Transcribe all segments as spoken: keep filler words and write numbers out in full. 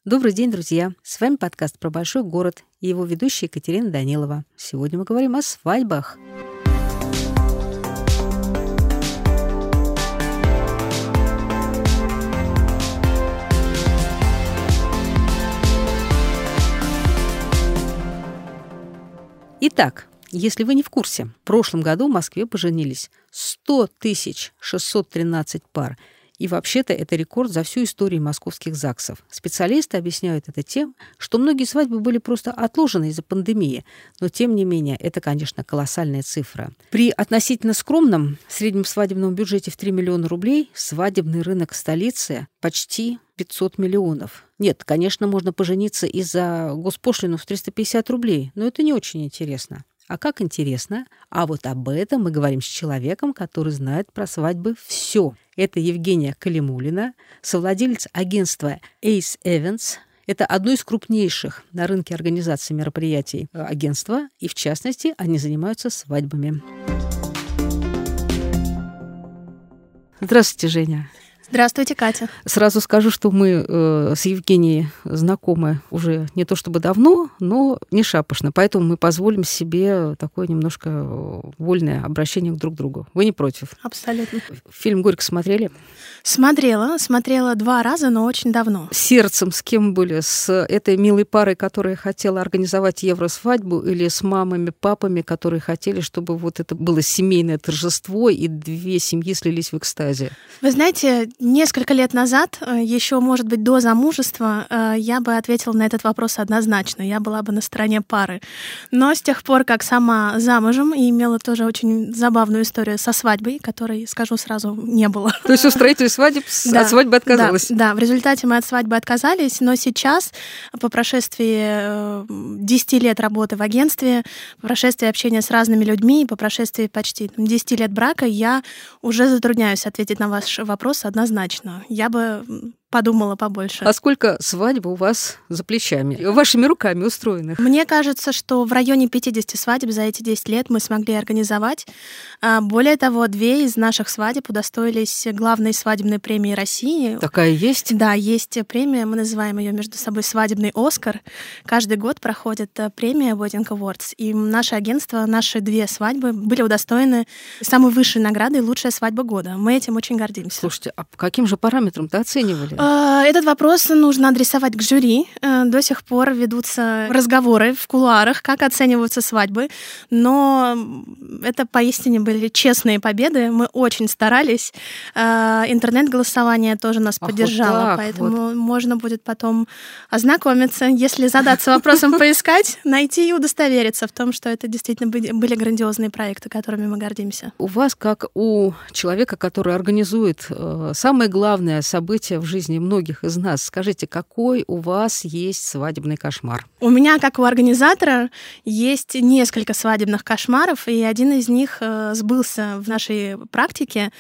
Добрый день, друзья! С вами подкаст про большой город и его ведущая Екатерина Данилова. Сегодня мы говорим о свадьбах. Итак, если вы не в курсе, в прошлом году в Москве поженились сто тысяч шестьсот тринадцать пар. И вообще-то это рекорд за всю историю московских ЗАГСов. Специалисты объясняют это тем, что многие свадьбы были просто отложены из-за пандемии. Но, тем не менее, это, конечно, колоссальная цифра. При относительно скромном среднем свадебном бюджете в три миллиона рублей свадебный рынок столицы почти пятьсот миллионов. Нет, конечно, можно пожениться и за госпошлину в триста пятьдесят рублей, но это не очень интересно. А как интересно? А вот об этом мы говорим с человеком, который знает про свадьбы все. Это Евгения Калимуллина, совладелец агентства Ace Events. Это одно из крупнейших на рынке организации мероприятий агентства, и в частности они занимаются свадьбами. Здравствуйте, Женя. Здравствуйте, Катя. Сразу скажу, что мы э, с Евгенией знакомы уже не то чтобы давно, но не шапошно. Поэтому мы позволим себе такое немножко вольное обращение друг к другу. Вы не против? Абсолютно. Фильм «Горько» смотрели? Смотрела. Смотрела два раза, но очень давно. Сердцем с кем были? С этой милой парой, которая хотела организовать евросвадьбу, или с мамами, папами, которые хотели, чтобы вот это было семейное торжество, и две семьи слились в экстазе? Вы знаете, несколько лет назад, еще, может быть, до замужества, я бы ответила на этот вопрос однозначно. Я была бы на стороне пары. Но с тех пор, как сама замужем, и имела тоже очень забавную историю со свадьбой, которой, скажу сразу, не было. То есть устроитель свадеб да, от свадьбы отказалась? Да, да, в результате мы от свадьбы отказались, но сейчас, по прошествии десяти лет работы в агентстве, по прошествии общения с разными людьми, по прошествии почти десяти лет брака, я уже затрудняюсь ответить на ваш вопрос однозначно. Однозначно. Я бы подумала побольше. А сколько свадьб у вас за плечами, вашими руками устроенных? Мне кажется, что в районе пятидесяти свадеб за эти десять лет мы смогли организовать. Более того, две из наших свадеб удостоились главной свадебной премии России. Такая есть? Да, есть премия, мы называем ее между собой «Свадебный Оскар». Каждый год проходит премия Wedding Awards, и наше агентство, наши две свадьбы были удостоены самой высшей наградой «Лучшая свадьба года». Мы этим очень гордимся. Слушайте, а по каким же параметрам-то оценивали? Этот вопрос нужно адресовать к жюри. До сих пор ведутся разговоры в кулуарах, как оцениваются свадьбы. Но это поистине были честные победы. Мы очень старались. Интернет-голосование тоже нас Ах, поддержало. вот поэтому вот. можно будет потом ознакомиться, если задаться вопросом, поискать, найти и удостовериться в том, что это действительно были грандиозные проекты, которыми мы гордимся. У вас, как у человека, который организует самое главное событие в жизни многих из нас, скажите, какой у вас есть свадебный кошмар? У меня, как у организатора, есть несколько свадебных кошмаров, и один из них э, сбылся в нашей практике.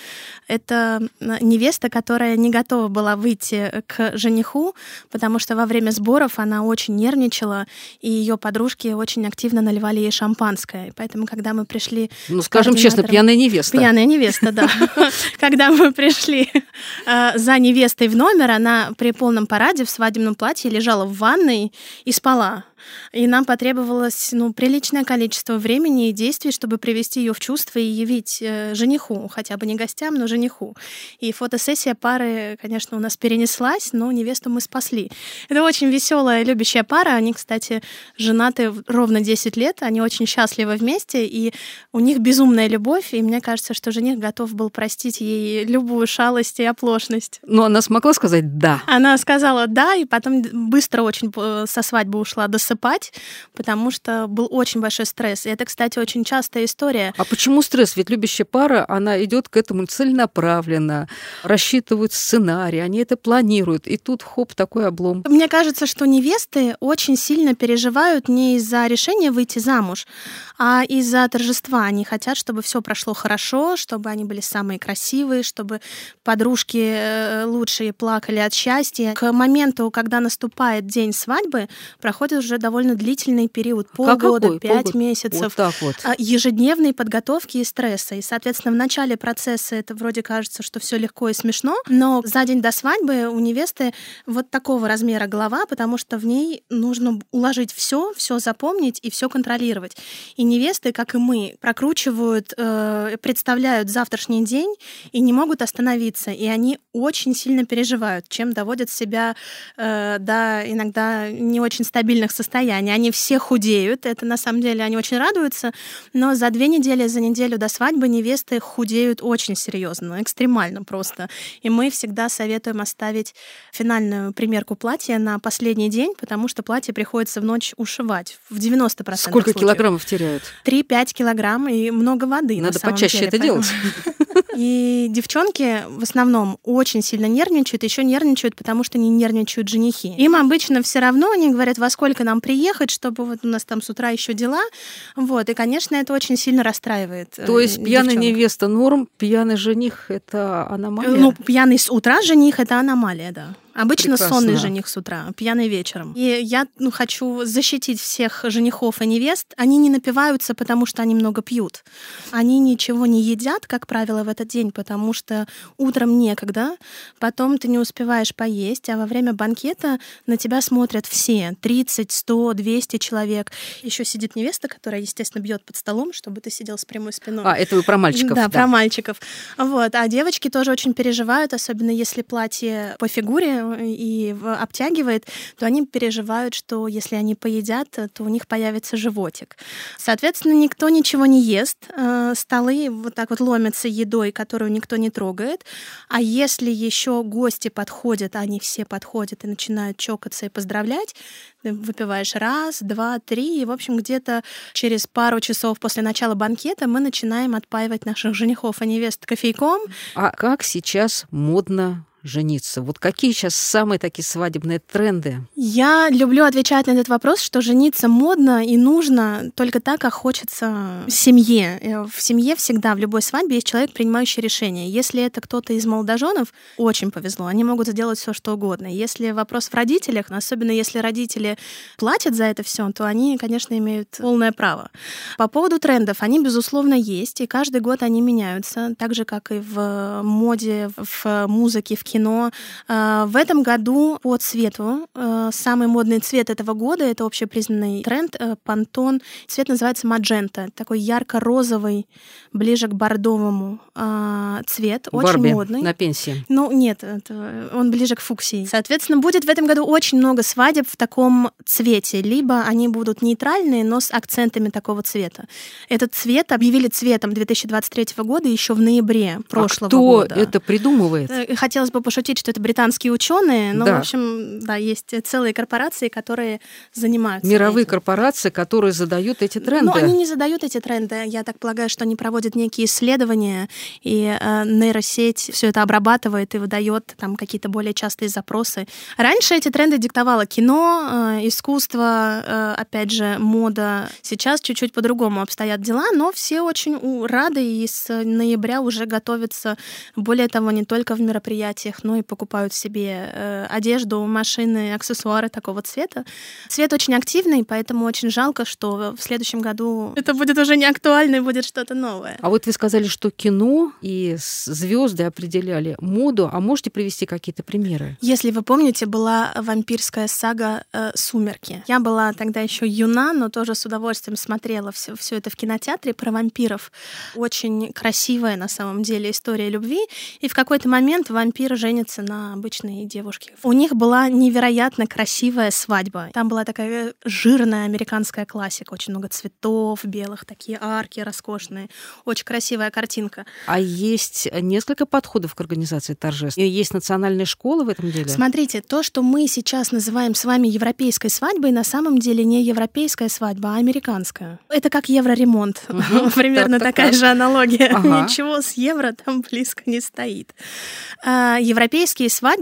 Это невеста, которая не готова была выйти к жениху, потому что во время сборов она очень нервничала, и ее подружки очень активно наливали ей шампанское. Поэтому, когда мы пришли... Ну, скажем честно, пьяная невеста. Пьяная невеста, да. Когда мы пришли за невестой в номер, она при полном параде в свадебном платье лежала в ванной и спала. И нам потребовалось ну, приличное количество времени и действий, чтобы привести ее в чувство и явить э, жениху, хотя бы не гостям, но жениху. И фотосессия пары, конечно, у нас перенеслась, но невесту мы спасли. Это очень веселая, любящая пара. Они, кстати, женаты ровно десять лет, они очень счастливы вместе, и у них безумная любовь, и мне кажется, что жених готов был простить ей любую шалость и оплошность. Но она смогла сказать «да». Она сказала «да», и потом быстро очень со свадьбы ушла досыпать, потому что был очень большой стресс. И это, кстати, очень частая история. А почему стресс? Ведь любящая пара, она идет к этому целенаправленно, рассчитывают сценарий, они это планируют, и тут хоп, такой облом. Мне кажется, что невесты очень сильно переживают не из-за решения выйти замуж, а из-за торжества. Они хотят, чтобы все прошло хорошо, чтобы они были самые красивые, чтобы подружки лучшие плакали, плакали от счастья. К моменту, когда наступает день свадьбы, проходит уже довольно длительный период, полгода, пять месяцев, вот так вот. ежедневной подготовки и стресса. И, соответственно, в начале процесса это вроде кажется, что все легко и смешно, но за день до свадьбы у невесты вот такого размера голова, потому что в ней нужно уложить все, все запомнить и все контролировать. И невесты, как и мы, прокручивают, э, представляют завтрашний день и не могут остановиться. И они очень сильно переживают, чем доводят себя э, до иногда не очень стабильных состояний. Они все худеют, это на самом деле они очень радуются, но за две недели, за неделю до свадьбы невесты худеют очень серьезно, экстремально просто. И мы всегда советуем оставить финальную примерку платья на последний день, потому что платье приходится в ночь ушивать в девяносто процентов Сколько случаев. Килограммов теряют? три-пять килограмм и много воды. Надо на самом почаще деле, это поэтому... делать. И девчонки в основном очень сильно нервничают, еще нервничают, потому что не нервничают женихи. Им обычно все равно, они говорят, во сколько нам приехать, чтобы вот у нас там с утра еще дела. Вот. И, конечно, это очень сильно расстраивает. То есть девчонок. Пьяная невеста норм, пьяный жених — это аномалия? Ну, пьяный с утра жених — это аномалия, да. Обычно Прекрасно. Сонный жених с утра, пьяный вечером. И я ну, хочу защитить всех женихов и невест. Они не напиваются, потому что они много пьют. Они ничего не едят, как правило, в этот день, потому что утром некогда, потом ты не успеваешь поесть, а во время банкета на тебя смотрят все. тридцать, сто, двести человек. Еще сидит невеста, которая, естественно, бьет под столом, чтобы ты сидел с прямой спиной. А, это вы про мальчиков. Да, да, про мальчиков. Вот. А девочки тоже очень переживают, особенно если платье по фигуре и обтягивает, то они переживают, что если они поедят, то у них появится животик. Соответственно, никто ничего не ест. Столы вот так вот ломятся едой, которую никто не трогает. А если еще гости подходят, они все подходят и начинают чокаться и поздравлять, ты выпиваешь раз, два, три, и, в общем, где-то через пару часов после начала банкета мы начинаем отпаивать наших женихов и невест кофейком. А как сейчас модно жениться? Вот какие сейчас самые такие свадебные тренды? Я люблю отвечать на этот вопрос, что жениться модно и нужно только так, как хочется семье. В семье всегда, в любой свадьбе есть человек, принимающий решение. Если это кто-то из молодоженов, очень повезло. Они могут сделать все, что угодно. Если вопрос в родителях, особенно если родители платят за это все, то они, конечно, имеют полное право. По поводу трендов, они, безусловно, есть, и каждый год они меняются, так же, как и в моде, в музыке, в кино. В этом году по цвету самый модный цвет этого года — это общепризнанный тренд Pantone. Цвет называется маджента. Такой ярко-розовый, ближе к бордовому цвет. Очень Барби модный. На пенсии. Ну, нет, это, он ближе к фуксии. Соответственно, будет в этом году очень много свадеб в таком цвете. Либо они будут нейтральные, но с акцентами такого цвета. Этот цвет объявили цветом две тысячи двадцать третьего года еще в ноябре прошлого а кто года. это придумывает? Хотелось бы пошутить, что это британские ученые, но, да. в общем, да, есть целые корпорации, которые занимаются Мировые этим. корпорации, которые задают эти тренды. Ну, они не задают эти тренды. Я так полагаю, что они проводят некие исследования, и э, нейросеть все это обрабатывает и выдает там какие-то более частые запросы. Раньше эти тренды диктовало кино, э, искусство, э, опять же, мода. Сейчас чуть-чуть по-другому обстоят дела, но все очень рады и с ноября уже готовятся. Более того, не только в мероприятиях, но и покупают себе э, одежду, машины, аксессуары такого цвета. Цвет очень активный, поэтому очень жалко, что в следующем году это будет уже не актуально и будет что-то новое. А вот вы сказали, что кино и звезды определяли моду. А можете привести какие-то примеры? Если вы помните, была вампирская сага э, «Сумерки». Я была тогда еще юна, но тоже с удовольствием смотрела все, все это в кинотеатре про вампиров. Очень красивая на самом деле история любви. И в какой-то момент вампир женится на обычной девушке. У них была невероятно красивая свадьба. Там была такая жирная американская классика. Очень много цветов белых, такие арки роскошные. Очень красивая картинка. А есть несколько подходов к организации торжеств? И есть национальные школы в этом деле? Смотрите, то, что мы сейчас называем с вами европейской свадьбой, на самом деле не европейская свадьба, а американская. Это как евроремонт. Угу. Примерно так, такая так. же аналогия. Ага. Ничего с евро там близко не стоит. Европейские свадьбы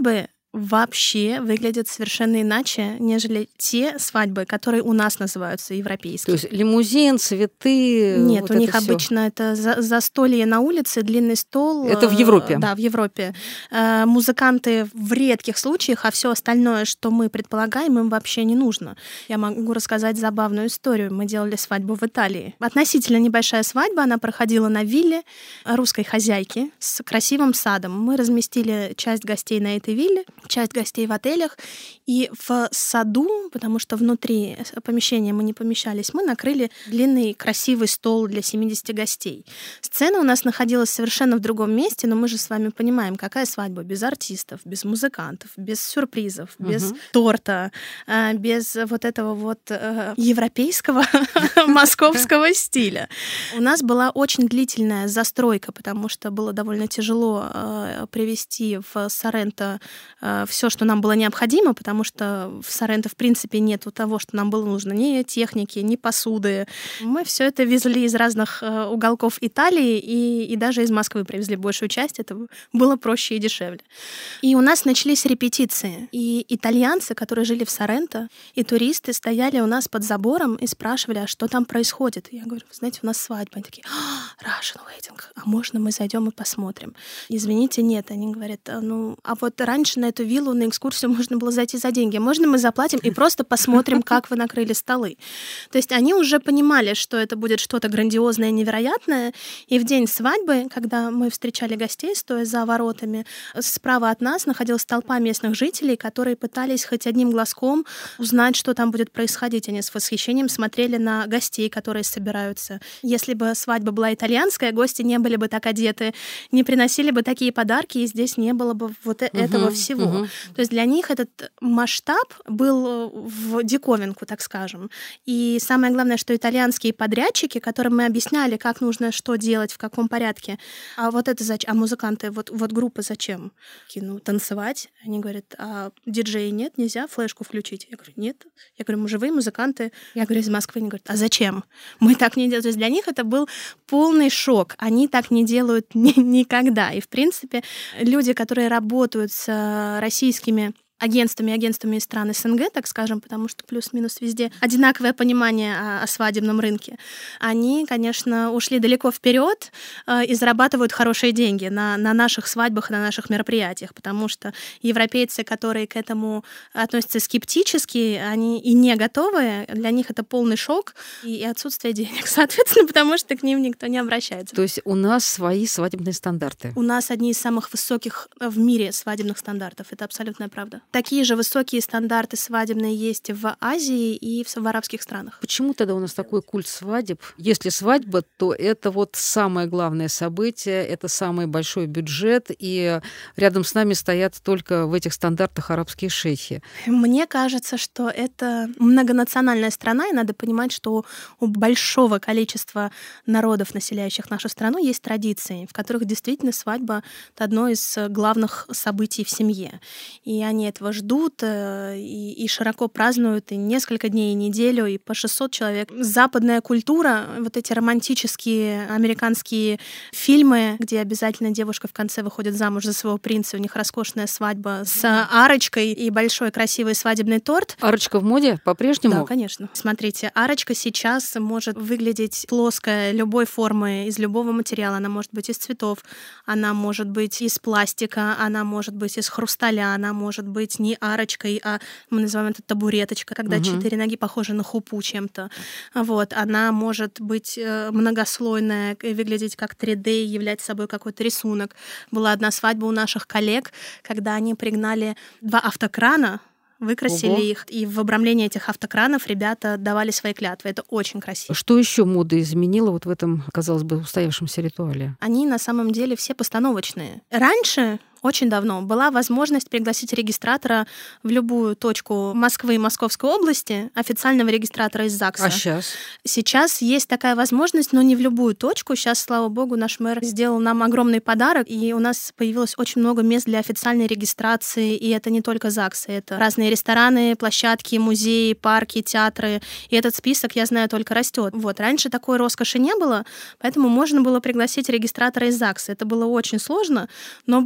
вообще выглядят совершенно иначе, нежели те свадьбы, которые у нас называются европейскими. То есть лимузин, цветы. Нет, вот у них это всё. обычно это за- застолье на улице, длинный стол. Это в Европе? Да, в Европе. Э, Музыканты в редких случаях, а все остальное, что мы предполагаем, им вообще не нужно. Я могу рассказать забавную историю. Мы делали свадьбу в Италии. Относительно небольшая свадьба, она проходила на вилле русской хозяйки с красивым садом. Мы разместили часть гостей на этой вилле, часть гостей в отелях. И в саду, потому что внутри помещения мы не помещались, мы накрыли длинный красивый стол для семидесяти гостей. Сцена у нас находилась совершенно в другом месте, но мы же с вами понимаем, какая свадьба без артистов, без музыкантов, без сюрпризов, Мгм. без торта, э, без вот этого вот э, европейского московского стиля. У нас была очень длительная застройка, потому что было довольно тяжело э, привезти в Соренто все, что нам было необходимо, потому что в Соренто, в принципе, нету того, что нам было нужно, ни техники, ни посуды. Мы все это везли из разных э, уголков Италии и, и даже из Москвы привезли большую часть. Это было проще и дешевле. И у нас начались репетиции. И итальянцы, которые жили в Соренто, и туристы стояли у нас под забором и спрашивали, а что там происходит. Я говорю, вы знаете, у нас свадьба. Они такие, а, Russian wedding, а можно мы зайдем и посмотрим? Извините, нет. Они говорят, «А, ну, а вот раньше на эту виллу, на экскурсию можно было зайти за деньги. Можно мы заплатим и просто посмотрим, как вы накрыли столы? То есть они уже понимали, что это будет что-то грандиозное, невероятное. И в день свадьбы, когда мы встречали гостей, стоя за воротами, справа от нас находилась толпа местных жителей, которые пытались хоть одним глазком узнать, что там будет происходить. Они с восхищением смотрели на гостей, которые собираются. Если бы свадьба была итальянская, гости не были бы так одеты, не приносили бы такие подарки, и здесь не было бы вот uh-huh, этого всего. Uh-huh. То есть для них этот масштаб был в диковинку, так скажем. И самое главное, что итальянские подрядчики, которым мы объясняли, как нужно что делать, в каком порядке, а вот это зачем, а музыканты, вот, вот группа зачем? Ну, танцевать. Они говорят, а диджеи нет, нельзя флешку включить? Я говорю, нет. Я говорю, мы живые музыканты. Я говорю, из Москвы. Они говорят, а зачем? Мы так не делаем. То есть для них это был полный шок. Они так не делают ни- никогда. И, в принципе, люди, которые работают с российскими агентствами, агентствами из стран СНГ, так скажем, потому что плюс-минус везде одинаковое понимание о, о свадебном рынке, они, конечно, ушли далеко вперед э, и зарабатывают хорошие деньги на, на наших свадьбах и на наших мероприятиях, потому что европейцы, которые к этому относятся скептически, они и не готовы, для них это полный шок и, и отсутствие денег, соответственно, потому что к ним никто не обращается. То есть у нас свои свадебные стандарты. У нас одни из самых высоких в мире свадебных стандартов, это абсолютная правда. Такие же высокие стандарты свадебные есть в Азии и в, в арабских странах. Почему тогда у нас такой культ свадеб? Если свадьба, то это вот самое главное событие, это самый большой бюджет, и рядом с нами стоят только в этих стандартах арабские шейхи. Мне кажется, что это многонациональная страна, и надо понимать, что у большого количества народов, населяющих нашу страну, есть традиции, в которых действительно свадьба — это одно из главных событий в семье. И они это этого ждут и, и широко празднуют и несколько дней, и неделю, и по шестьсот человек. Западная культура, вот эти романтические американские фильмы, где обязательно девушка в конце выходит замуж за своего принца, у них роскошная свадьба с арочкой и большой красивый свадебный торт. Арочка в моде по-прежнему? Да, конечно. Смотрите, арочка сейчас может выглядеть плоская, любой формы, из любого материала. Она может быть из цветов, она может быть из пластика, она может быть из хрусталя, она может быть не арочкой, а мы называем это табуреточка, когда угу. четыре ноги похожи на хупу чем-то. Вот. Она может быть многослойная, выглядеть как три дэ, являть собой какой-то рисунок. Была одна свадьба у наших коллег, когда они пригнали два автокрана, выкрасили Ого. их, и в обрамлении этих автокранов ребята давали свои клятвы. Это очень красиво. Что еще мода изменила вот в этом, казалось бы, устоявшемся ритуале? Они на самом деле все постановочные. Раньше очень давно была возможность пригласить регистратора в любую точку Москвы и Московской области, официального регистратора из ЗАГСа. А сейчас? Сейчас есть такая возможность, но не в любую точку. Сейчас, слава богу, наш мэр сделал нам огромный подарок, и у нас появилось очень много мест для официальной регистрации, и это не только ЗАГСы, это разные рестораны, площадки, музеи, парки, театры, и этот список, я знаю, только растет. Вот. Раньше такой роскоши не было, поэтому можно было пригласить регистратора из ЗАГСа. Это было очень сложно, но было возможно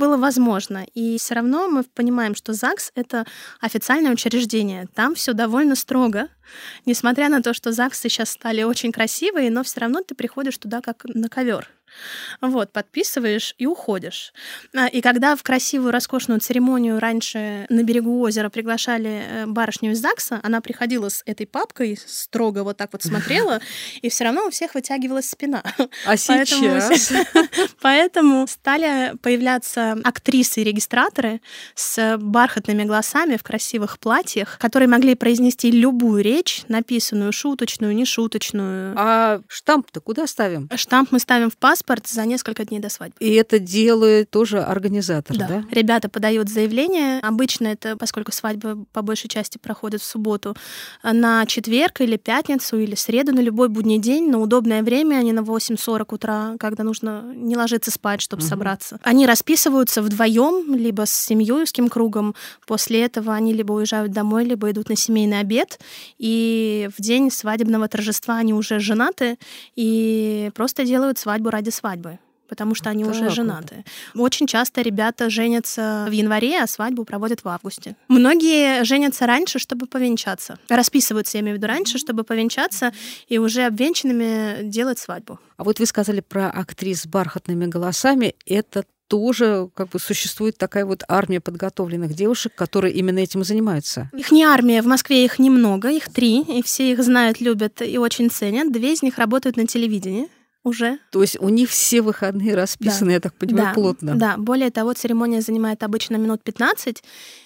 невозможно. И все равно мы понимаем, что ЗАГС — это официальное учреждение. Там все довольно строго. Несмотря на то, что ЗАГСы сейчас стали очень красивые, но все равно ты приходишь туда как на ковер. Вот, подписываешь и уходишь. И когда в красивую, роскошную церемонию раньше на берегу озера приглашали барышню из ЗАГСа, она приходила с этой папкой, строго вот так вот смотрела, и все равно у всех вытягивалась спина. А сейчас? Поэтому стали появляться актрисы и регистраторы с бархатными голосами в красивых платьях, которые могли произнести любую речь, написанную шуточную, нешуточную. А штамп-то куда ставим? Штамп мы ставим в паспорт за несколько дней до свадьбы. И это делает тоже организатор, да? Да. Ребята подают заявление. Обычно это, поскольку свадьба по большей части проходит в субботу, на четверг или пятницу или среду, на любой будний день, на удобное время, а не на восемь сорок утра, когда нужно не ложиться спать, чтобы угу. собраться. Они расписываются вдвоем, либо с семьей, узким кругом. После этого они либо уезжают домой, либо идут на семейный обед. И в день свадебного торжества они уже женаты и просто делают свадьбу ради свадьбы, потому что они так уже женаты. Вот. Очень часто ребята женятся в январе, а свадьбу проводят в августе. Многие женятся раньше, чтобы повенчаться. Расписываются, я имею в виду, раньше, чтобы повенчаться и уже обвенчанными делать свадьбу. А вот вы сказали про актрис с бархатными голосами. Это тоже как бы существует такая вот армия подготовленных девушек, которые именно этим и занимаются. Их не армия, в Москве их немного, их три, и все их знают, любят и очень ценят. Две из них работают на телевидении. Уже. То есть у них все выходные расписаны, да. я так понимаю, да. плотно. Да, более того, церемония занимает обычно минут пятнадцать,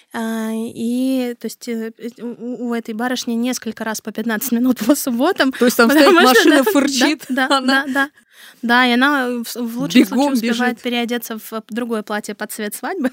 и то есть у этой барышни несколько раз по пятнадцать минут по субботам. То есть там стоит машина, да, фырчит. Да, да, она... да, да. Да, и она в лучшем Бегом случае успевает бежит. переодеться в другое платье под цвет свадьбы.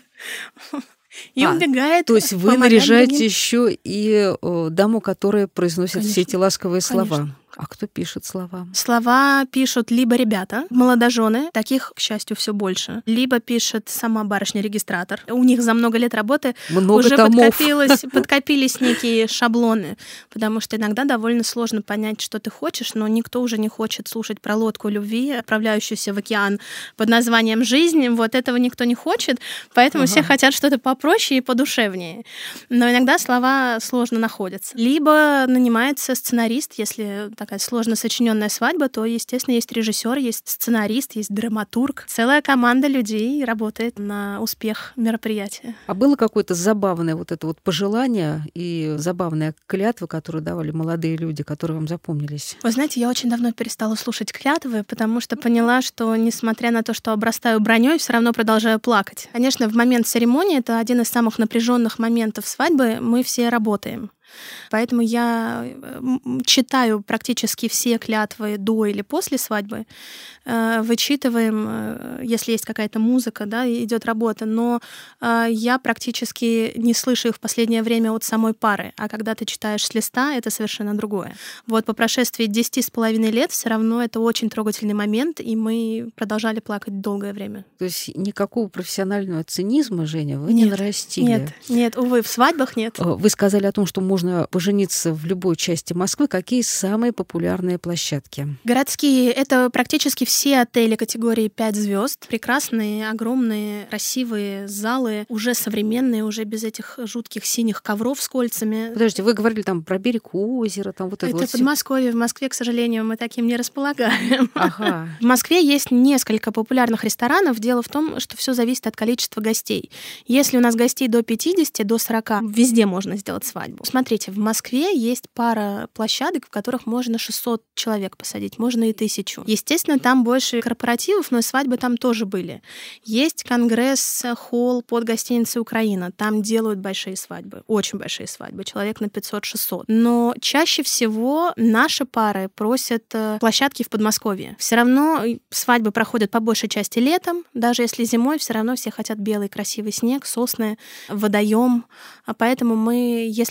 И а, убегает. То есть вы наряжаете еще и о, даму, которая произносит Конечно. Все эти ласковые слова. Конечно. А кто пишет слова? Слова пишут либо ребята, молодожены, таких, к счастью, все больше, либо пишет сама барышня-регистратор. У них за много лет работы много уже подкопилось, томов. подкопились некие шаблоны, потому что иногда довольно сложно понять, что ты хочешь, но никто уже не хочет слушать про лодку любви, отправляющуюся в океан под названием «Жизнь». Вот этого никто не хочет, поэтому ага. все хотят что-то попроще и подушевнее. Но иногда слова сложно находятся. Либо нанимается сценарист, если такая сложно сочиненная свадьба, то, естественно, есть режиссер, есть сценарист, есть драматург. Целая команда людей работает на успех мероприятия. А было какое-то забавное вот это вот пожелание и забавная клятва, которую давали молодые люди, которые вам запомнились? Вы знаете, я очень давно перестала слушать клятвы, потому что поняла, что, несмотря на то, что обрастаю броней, все равно продолжаю плакать. Конечно, в момент церемонии, это один из самых напряженных моментов свадьбы, мы все работаем. Поэтому я читаю практически все клятвы до или после свадьбы, вычитываем, если есть какая-то музыка, да, идет работа, но я практически не слышу их в последнее время от самой пары, а когда ты читаешь с листа, это совершенно другое. Вот по прошествии десяти с половиной лет все равно это очень трогательный момент, и мы продолжали плакать долгое время. То есть никакого профессионального цинизма, Женя, вы нет, не нарастили? Нет, нет, увы, в свадьбах нет. Вы сказали о том, что можно пожениться в любой части Москвы. Какие самые популярные площадки? Городские — это практически все отели категории пять звезд. Прекрасные, огромные, красивые залы, уже современные, уже без этих жутких синих ковров с кольцами. Подождите, вы говорили там про берег озера, там вот это, это вот Подмосковье. В Москве, к сожалению, мы таким не располагаем. Ага. В Москве есть несколько популярных ресторанов. Дело в том, что все зависит от количества гостей. Если у нас гостей до пятидесяти, до сорока, везде можно сделать свадьбу. Смотрите, в Москве есть пара площадок, в которых можно шестьсот человек посадить, можно и тысячу. Естественно, там больше корпоративов, но свадьбы там тоже были. Есть конгресс-холл под гостиницей «Украина». Там делают большие свадьбы, очень большие свадьбы, человек на пятьсот-шестьсот. Но чаще всего наши пары просят площадки в Подмосковье. Все равно свадьбы проходят по большей части летом, даже если зимой, все равно все хотят белый красивый снег, сосны, водоем. Поэтому мы, если делаем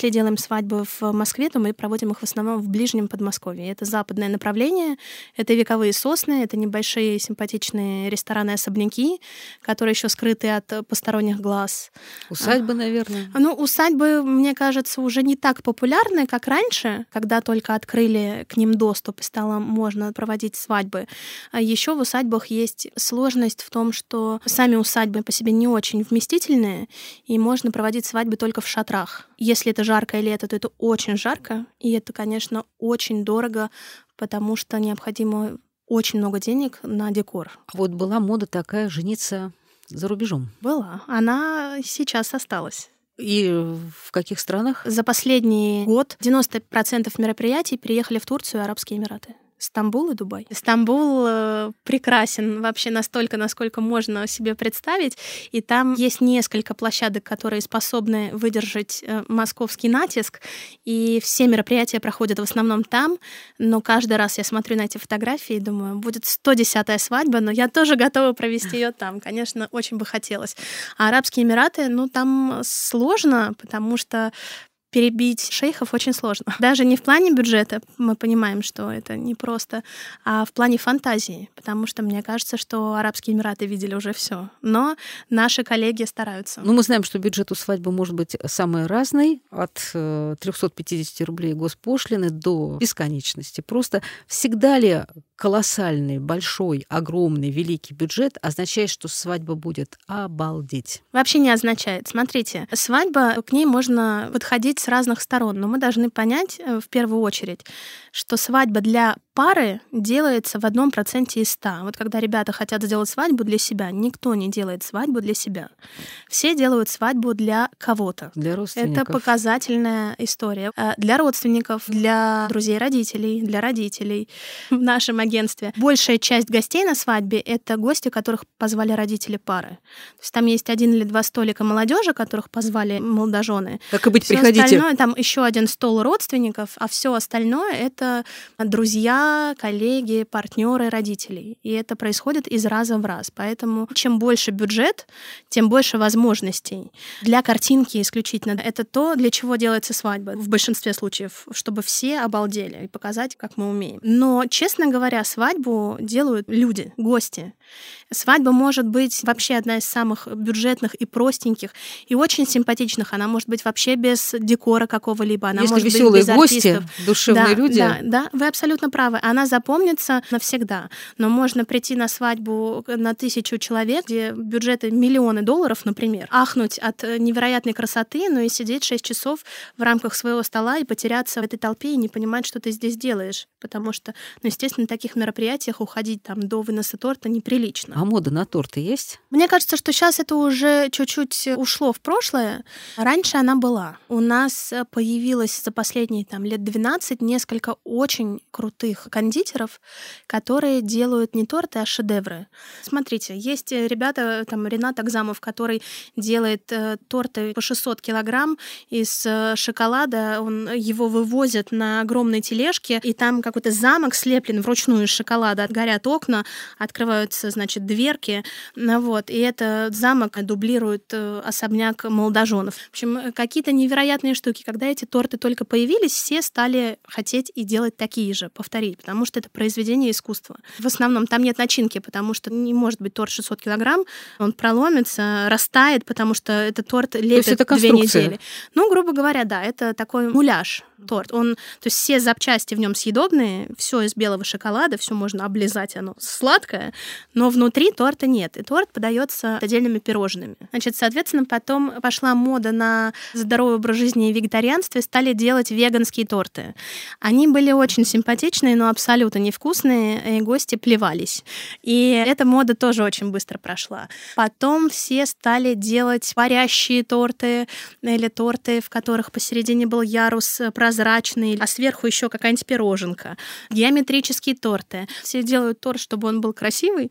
свадьбы в Москве, то мы проводим их в основном в ближнем Подмосковье. Это западное направление, это вековые сосны, это небольшие симпатичные рестораны-особняки, которые еще скрыты от посторонних глаз. Усадьбы, наверное. Ну, усадьбы, мне кажется, уже не так популярны, как раньше, когда только открыли к ним доступ и стало можно проводить свадьбы. Еще в усадьбах есть сложность в том, что сами усадьбы по себе не очень вместительные, и можно проводить свадьбы только в шатрах. Если это жаркое лето, то это очень жарко, и это, конечно, очень дорого, потому что необходимо очень много денег на декор. Вот была мода такая жениться за рубежом. Была. Она сейчас осталась. И в каких странах? За последний год девяносто процентов мероприятий переехали в Турцию и Арабские Эмираты. Стамбул и Дубай. Стамбул э, прекрасен вообще настолько, насколько можно себе представить. И там есть несколько площадок, которые способны выдержать э, московский натиск. И все мероприятия проходят в основном там. Но каждый раз я смотрю на эти фотографии и думаю, будет сто десятая свадьба, но я тоже готова провести ее там. Конечно, очень бы хотелось. А Арабские Эмираты, ну, там сложно, потому что перебить шейхов очень сложно. Даже не в плане бюджета, мы понимаем, что это непросто, а в плане фантазии, потому что мне кажется, что Арабские Эмираты видели уже все. Но наши коллеги стараются. Ну, мы знаем, что бюджет у свадьбы может быть самый разный, от триста пятьдесят рублей госпошлины до бесконечности. Просто всегда ли колоссальный, большой, огромный, великий бюджет означает, что свадьба будет обалдеть? Вообще не означает. Смотрите, свадьба, к ней можно подходить с разных сторон, но мы должны понять в первую очередь, что свадьба для пары делается в одном проценте из ста. Вот когда ребята хотят сделать свадьбу для себя, никто не делает свадьбу для себя. Все делают свадьбу для кого-то. Для родственников. Это показательная история. Для родственников, для друзей родителей, для родителей в нашем агентстве. Большая часть гостей на свадьбе — это гости, которых позвали родители пары. То есть там есть один или два столика молодежи, которых позвали молодожены. Так и быть, всё приходите. Остальное, там еще один стол родственников, а все остальное — это друзья, коллеги, партнеры родителей. И это происходит из раза в раз. Поэтому чем больше бюджет, тем больше возможностей. Для картинки исключительно. Это то, для чего делается свадьба в большинстве случаев, чтобы все обалдели и показать, как мы умеем. Но, честно говоря, свадьбу делают люди, гости. Свадьба может быть вообще одна из самых бюджетных и простеньких, и очень симпатичных. Она может быть вообще без декора какого-либо. Она Если может веселые быть без гости, артистов. душевные да, люди. Да, да, вы абсолютно правы. Она запомнится навсегда. Но можно прийти на свадьбу на тысячу человек, где бюджеты миллионы долларов, например, ахнуть от невероятной красоты, но и сидеть шесть часов в рамках своего стола и потеряться в этой толпе и не понимать, что ты здесь делаешь. Потому что, ну, естественно, на таких мероприятиях уходить там до выноса торта неприлично. А мода на торты есть? Мне кажется, что сейчас это уже чуть-чуть ушло в прошлое. Раньше она была. У нас появилось за последние там, лет двенадцать несколько очень крутых кондитеров, которые делают не торты, а шедевры. Смотрите, есть ребята, там Ренат Акзамов, который делает э, торты по шестьсот килограмм из э, шоколада. Он его вывозит на огромной тележке, и там какой-то замок слеплен вручную из шоколада. Горят окна, открываются, значит, дверки. Вот, и этот замок дублирует э, особняк молодоженов. В общем, какие-то невероятные штуки. Когда эти торты только появились, все стали хотеть и делать такие же, повторить, потому что это произведение искусства. В основном там нет начинки, потому что не может быть торт шестьсот килограмм, он проломится, растает, потому что этот торт лепит две недели. Ну, грубо говоря, да, это такой муляж торт. Он, то есть все запчасти в нем съедобные, все из белого шоколада, все можно облизать, оно сладкое, но внутри торта нет. И торт подается отдельными пирожными. Значит, соответственно, потом пошла мода на здоровый образ жизни и вегетарианство, и стали делать веганские торты. Они были очень симпатичные, но абсолютно невкусные, и гости плевались. И эта мода тоже очень быстро прошла. Потом все стали делать парящие торты или торты, в которых посередине был ярус прозрачный, а сверху еще какая-нибудь пироженка. Геометрические торты. Все делают торт, чтобы он был красивый,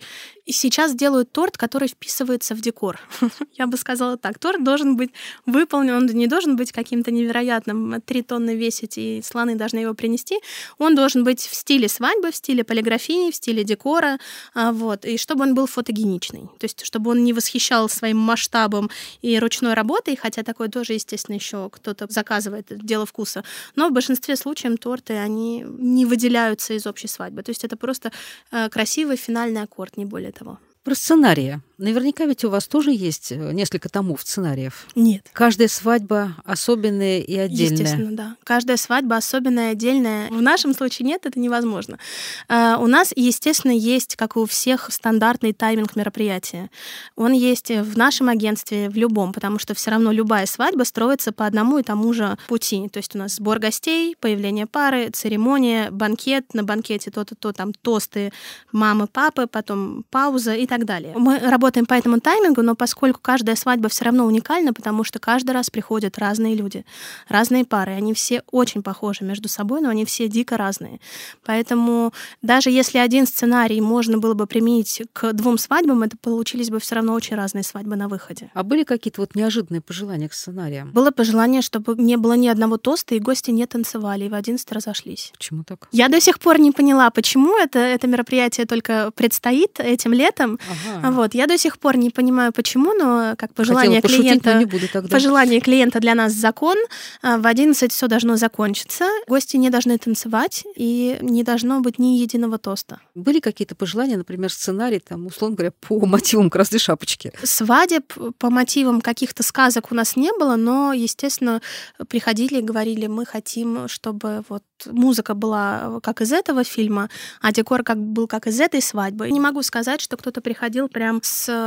сейчас делают торт, который вписывается в декор. Я бы сказала так. Торт должен быть выполнен, он не должен быть каким-то невероятным, три тонны весить, и слоны должны его принести. Он должен быть в стиле свадьбы, в стиле полиграфии, в стиле декора, вот, и чтобы он был фотогеничный. То есть чтобы он не восхищал своим масштабом и ручной работой, хотя такое тоже, естественно, еще кто-то заказывает, это дело вкуса. Но в большинстве случаев торты, они не выделяются из общей свадьбы. То есть это просто красивый финальный аккорд, не более того. Про сценарии. Наверняка ведь у вас тоже есть несколько томов сценариев. Нет. Каждая свадьба особенная и отдельная. Естественно, да. Каждая свадьба особенная, отдельная. В нашем случае нет, это невозможно. Uh, у нас, естественно, есть, как и у всех, стандартный тайминг мероприятия. Он есть в нашем агентстве, в любом, потому что все равно любая свадьба строится по одному и тому же пути. То есть у нас сбор гостей, появление пары, церемония, банкет. На банкете то-то, то там тосты мамы, папы, потом пауза и так далее. Мы работаем по этому таймингу, но поскольку каждая свадьба все равно уникальна, потому что каждый раз приходят разные люди, разные пары, они все очень похожи между собой, но они все дико разные. Поэтому даже если один сценарий можно было бы применить к двум свадьбам, это получились бы все равно очень разные свадьбы на выходе. А были какие-то вот неожиданные пожелания к сценариям? Было пожелание, чтобы не было ни одного тоста, и гости не танцевали, и в одиннадцать разошлись. Почему так? Я до сих пор не поняла, почему это, это мероприятие только предстоит этим летом. Ага. Вот. Я до сих пор не понимаю, почему, но как пожелание пошутить, клиента, не буду тогда. Пожелание клиента для нас закон. В одиннадцать все должно закончиться. Гости не должны танцевать, и не должно быть ни единого тоста. Были какие-то пожелания, например, сценарий, там, условно говоря, по мотивам «Красной шапочки»? Свадеб по мотивам каких-то сказок у нас не было, но, естественно, приходили и говорили, мы хотим, чтобы вот музыка была как из этого фильма, а декор как был как из этой свадьбы. Не могу сказать, что кто-то приходил прям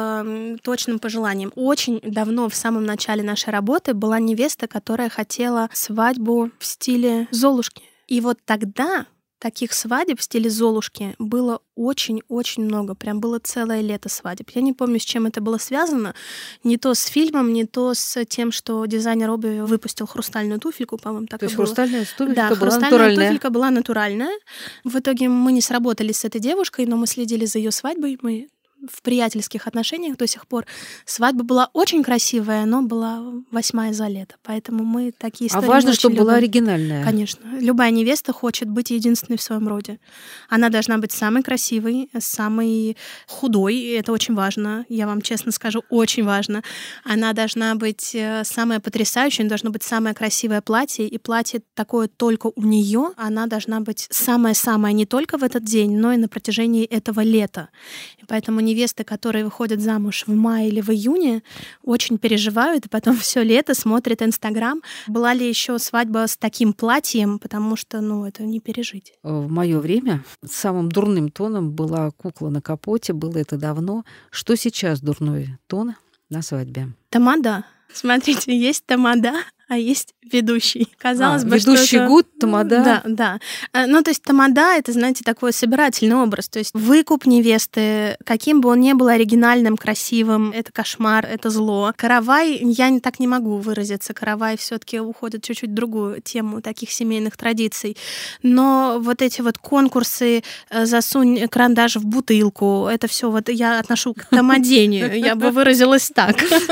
с точным пожеланием. Очень давно, в самом начале нашей работы, была невеста, которая хотела свадьбу в стиле Золушки. И вот тогда таких свадеб в стиле Золушки было очень-очень много. Прям было целое лето свадеб. Я не помню, с чем это было связано. Не то с фильмом, не то с тем, что дизайнер обуви выпустил хрустальную туфельку, по-моему, так то и есть было. хрустальная туфелька да, была хрустальная натуральная. туфелька была натуральная. В итоге мы не сработались с этой девушкой, но мы следили за ее свадьбой. Мы в приятельских отношениях до сих пор. Свадьба была очень красивая, но была восьмая за лето. Поэтому мы такие истории А важно, чтобы любим. была оригинальная. Конечно. Любая невеста хочет быть единственной в своем роде. Она должна быть самой красивой, самой худой. И это очень важно. Я вам честно скажу, очень важно. Она должна быть самая потрясающая, у нее должно быть самое красивое платье. И платье такое только у нее. Она должна быть самая-самая не только в этот день, но и на протяжении этого лета. И поэтому невесты, которые выходят замуж в мае или в июне, очень переживают, и потом все лето смотрят Инстаграм. Была ли еще свадьба с таким платьем, потому что, ну, это не пережить. В мое время самым дурным тоном была кукла на капоте, было это давно. Что сейчас дурной тон на свадьбе? Тамада. Смотрите, есть тамада, а есть ведущий. Казалось а, бы, ведущий что это... гуд, тамада. Да, да. Ну, то есть тамада — это, знаете, такой собирательный образ. То есть выкуп невесты, каким бы он ни был оригинальным, красивым, это кошмар, это зло. Каравай, я не, так не могу выразиться. Каравай все-таки уходит чуть-чуть в другую тему таких семейных традиций. Но вот эти вот конкурсы, засунь карандаш в бутылку, это все вот я отношу к тамадению. Я бы выразилась так.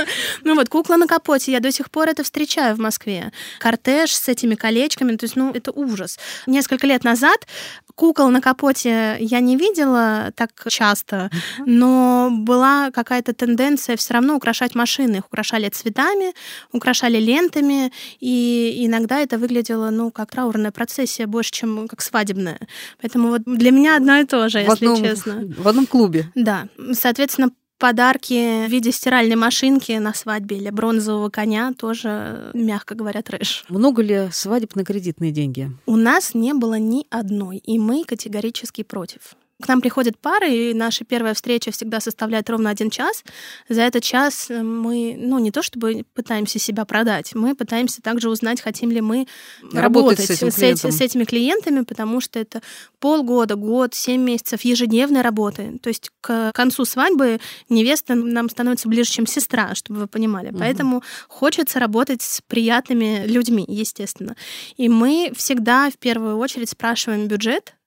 Ну вот, кукла на капоте, я до сих пор это встречаю в Москве. Кортеж с этими колечками, то есть, ну, это ужас. Несколько лет назад кукол на капоте я не видела так часто, но была какая-то тенденция все равно украшать машины. Их украшали цветами, украшали лентами, и иногда это выглядело, ну, как траурная процессия, больше, чем как свадебная. Поэтому вот для меня одно и то же, в если одном, честно. В одном клубе. Да. Соответственно, подарки в виде стиральной машинки на свадьбе или бронзового коня тоже, мягко говоря, трэш. Много ли свадеб на кредитные деньги? У нас не было ни одной, и мы категорически против. К нам приходят пары, и наша первая встреча всегда составляет ровно один час. За этот час мы, ну, не то чтобы пытаемся себя продать, мы пытаемся также узнать, хотим ли мы работать, работать с, этим с, эти, с этими клиентами, потому что это полгода, год, семь месяцев ежедневной работы. То есть к концу свадьбы невеста нам становится ближе, чем сестра, чтобы вы понимали. Угу. Поэтому хочется работать с приятными людьми, естественно. И мы всегда в первую очередь спрашиваем бюджет.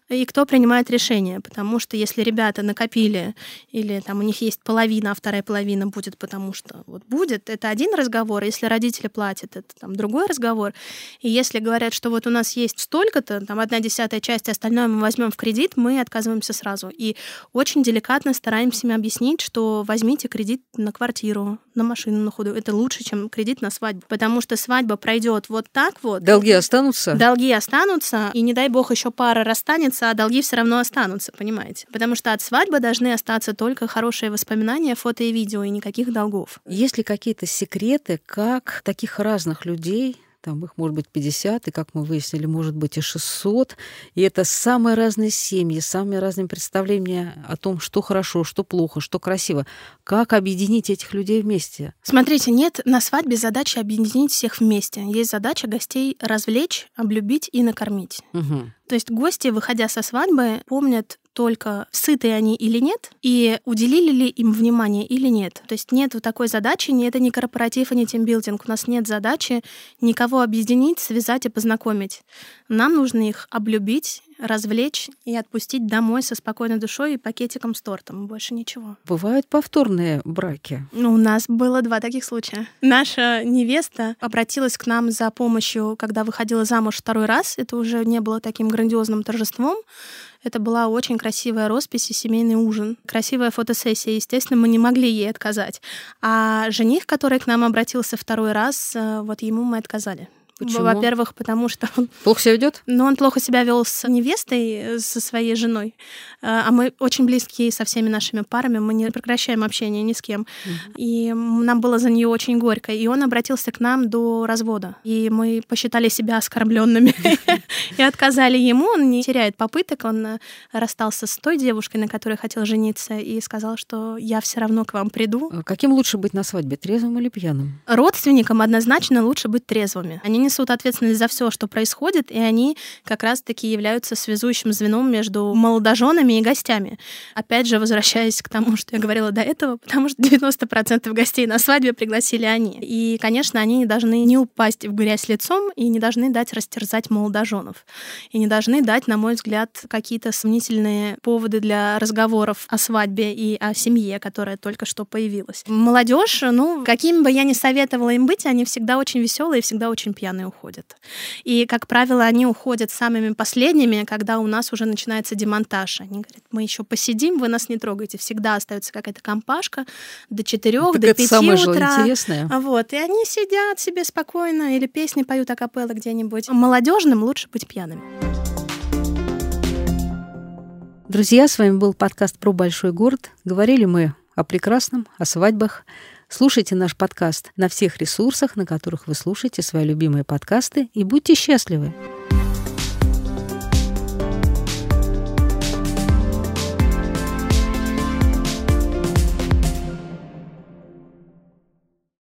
и кто принимает решение. Потому что если ребята накопили, или там у них есть половина, а вторая половина будет, потому что вот будет, это один разговор. Если родители платят, это там другой разговор. И если говорят, что вот у нас есть столько-то, там одна десятая часть, остальное мы возьмем в кредит, мы отказываемся сразу. И очень деликатно стараемся им объяснить, что возьмите кредит на квартиру, на машину на ходу. Это лучше, чем кредит на свадьбу. Потому что свадьба пройдет вот так вот. Долги останутся? Долги останутся, и не дай бог еще пара расстанется, а долги все равно останутся, понимаете? Потому что от свадьбы должны остаться только хорошие воспоминания, фото и видео, и никаких долгов. Есть ли какие-то секреты, как таких разных людей, там их может быть пятьдесят, и, как мы выяснили, может быть и шестьсот. И это самые разные семьи, самые разные представления о том, что хорошо, что плохо, что красиво. Как объединить этих людей вместе? Смотрите, нет на свадьбе задачи объединить всех вместе. Есть задача гостей развлечь, облюбить и накормить. Угу. То есть гости, выходя со свадьбы, помнят только, сыты они или нет, и уделили ли им внимание или нет. То есть нет вот такой задачи, не это не корпоратив и не тимбилдинг. У нас нет задачи никого объединить, связать и познакомить. Нам нужно их облюбить, развлечь и отпустить домой со спокойной душой и пакетиком с тортом. Больше ничего. Бывают повторные браки? Ну, у нас было два таких случая. Наша невеста обратилась к нам за помощью, когда выходила замуж второй раз. Это уже не было таким грандиозным торжеством. Это была очень красивая роспись и семейный ужин. Красивая фотосессия. Естественно, мы не могли ей отказать. А жених, который к нам обратился второй раз, вот ему мы отказали. Почему? Во-первых, потому что он... Плохо себя ведет? Ну, он плохо себя вел с невестой, со своей женой. А мы очень близкие со всеми нашими парами, мы не прекращаем общение ни с кем. Mm-hmm. И нам было за нее очень горько. И он обратился к нам до развода. И мы посчитали себя оскорбленными и отказали ему. Он не теряет попыток. Он расстался с той девушкой, на которой хотел жениться, и сказал, что я все равно к вам приду. Каким лучше быть на свадьбе, трезвым или пьяным? Родственникам однозначно лучше быть трезвыми. Они не несут ответственность за все, что происходит, и они как раз-таки являются связующим звеном между молодоженами и гостями. Опять же, возвращаясь к тому, что я говорила до этого, потому что девяносто процентов гостей на свадьбе пригласили они. И, конечно, они не должны не упасть в грязь лицом и не должны дать растерзать молодоженов. И не должны дать, на мой взгляд, какие-то сомнительные поводы для разговоров о свадьбе и о семье, которая только что появилась. Молодежь, ну, какими бы я ни советовала им быть, они всегда очень веселые и всегда очень пьяные уходят. И, как правило, они уходят самыми последними, когда у нас уже начинается демонтаж. Они говорят, мы еще посидим, вы нас не трогаете. Всегда остается какая-то компашка до четырех, до пяти утра. Это самое интересное. Вот. И они сидят себе спокойно или песни поют акапелла где-нибудь. Молодежным лучше быть пьяными. Друзья, с вами был подкаст про большой город. Говорили мы о прекрасном, о свадьбах. Слушайте наш подкаст на всех ресурсах, на которых вы слушаете свои любимые подкасты, и будьте счастливы!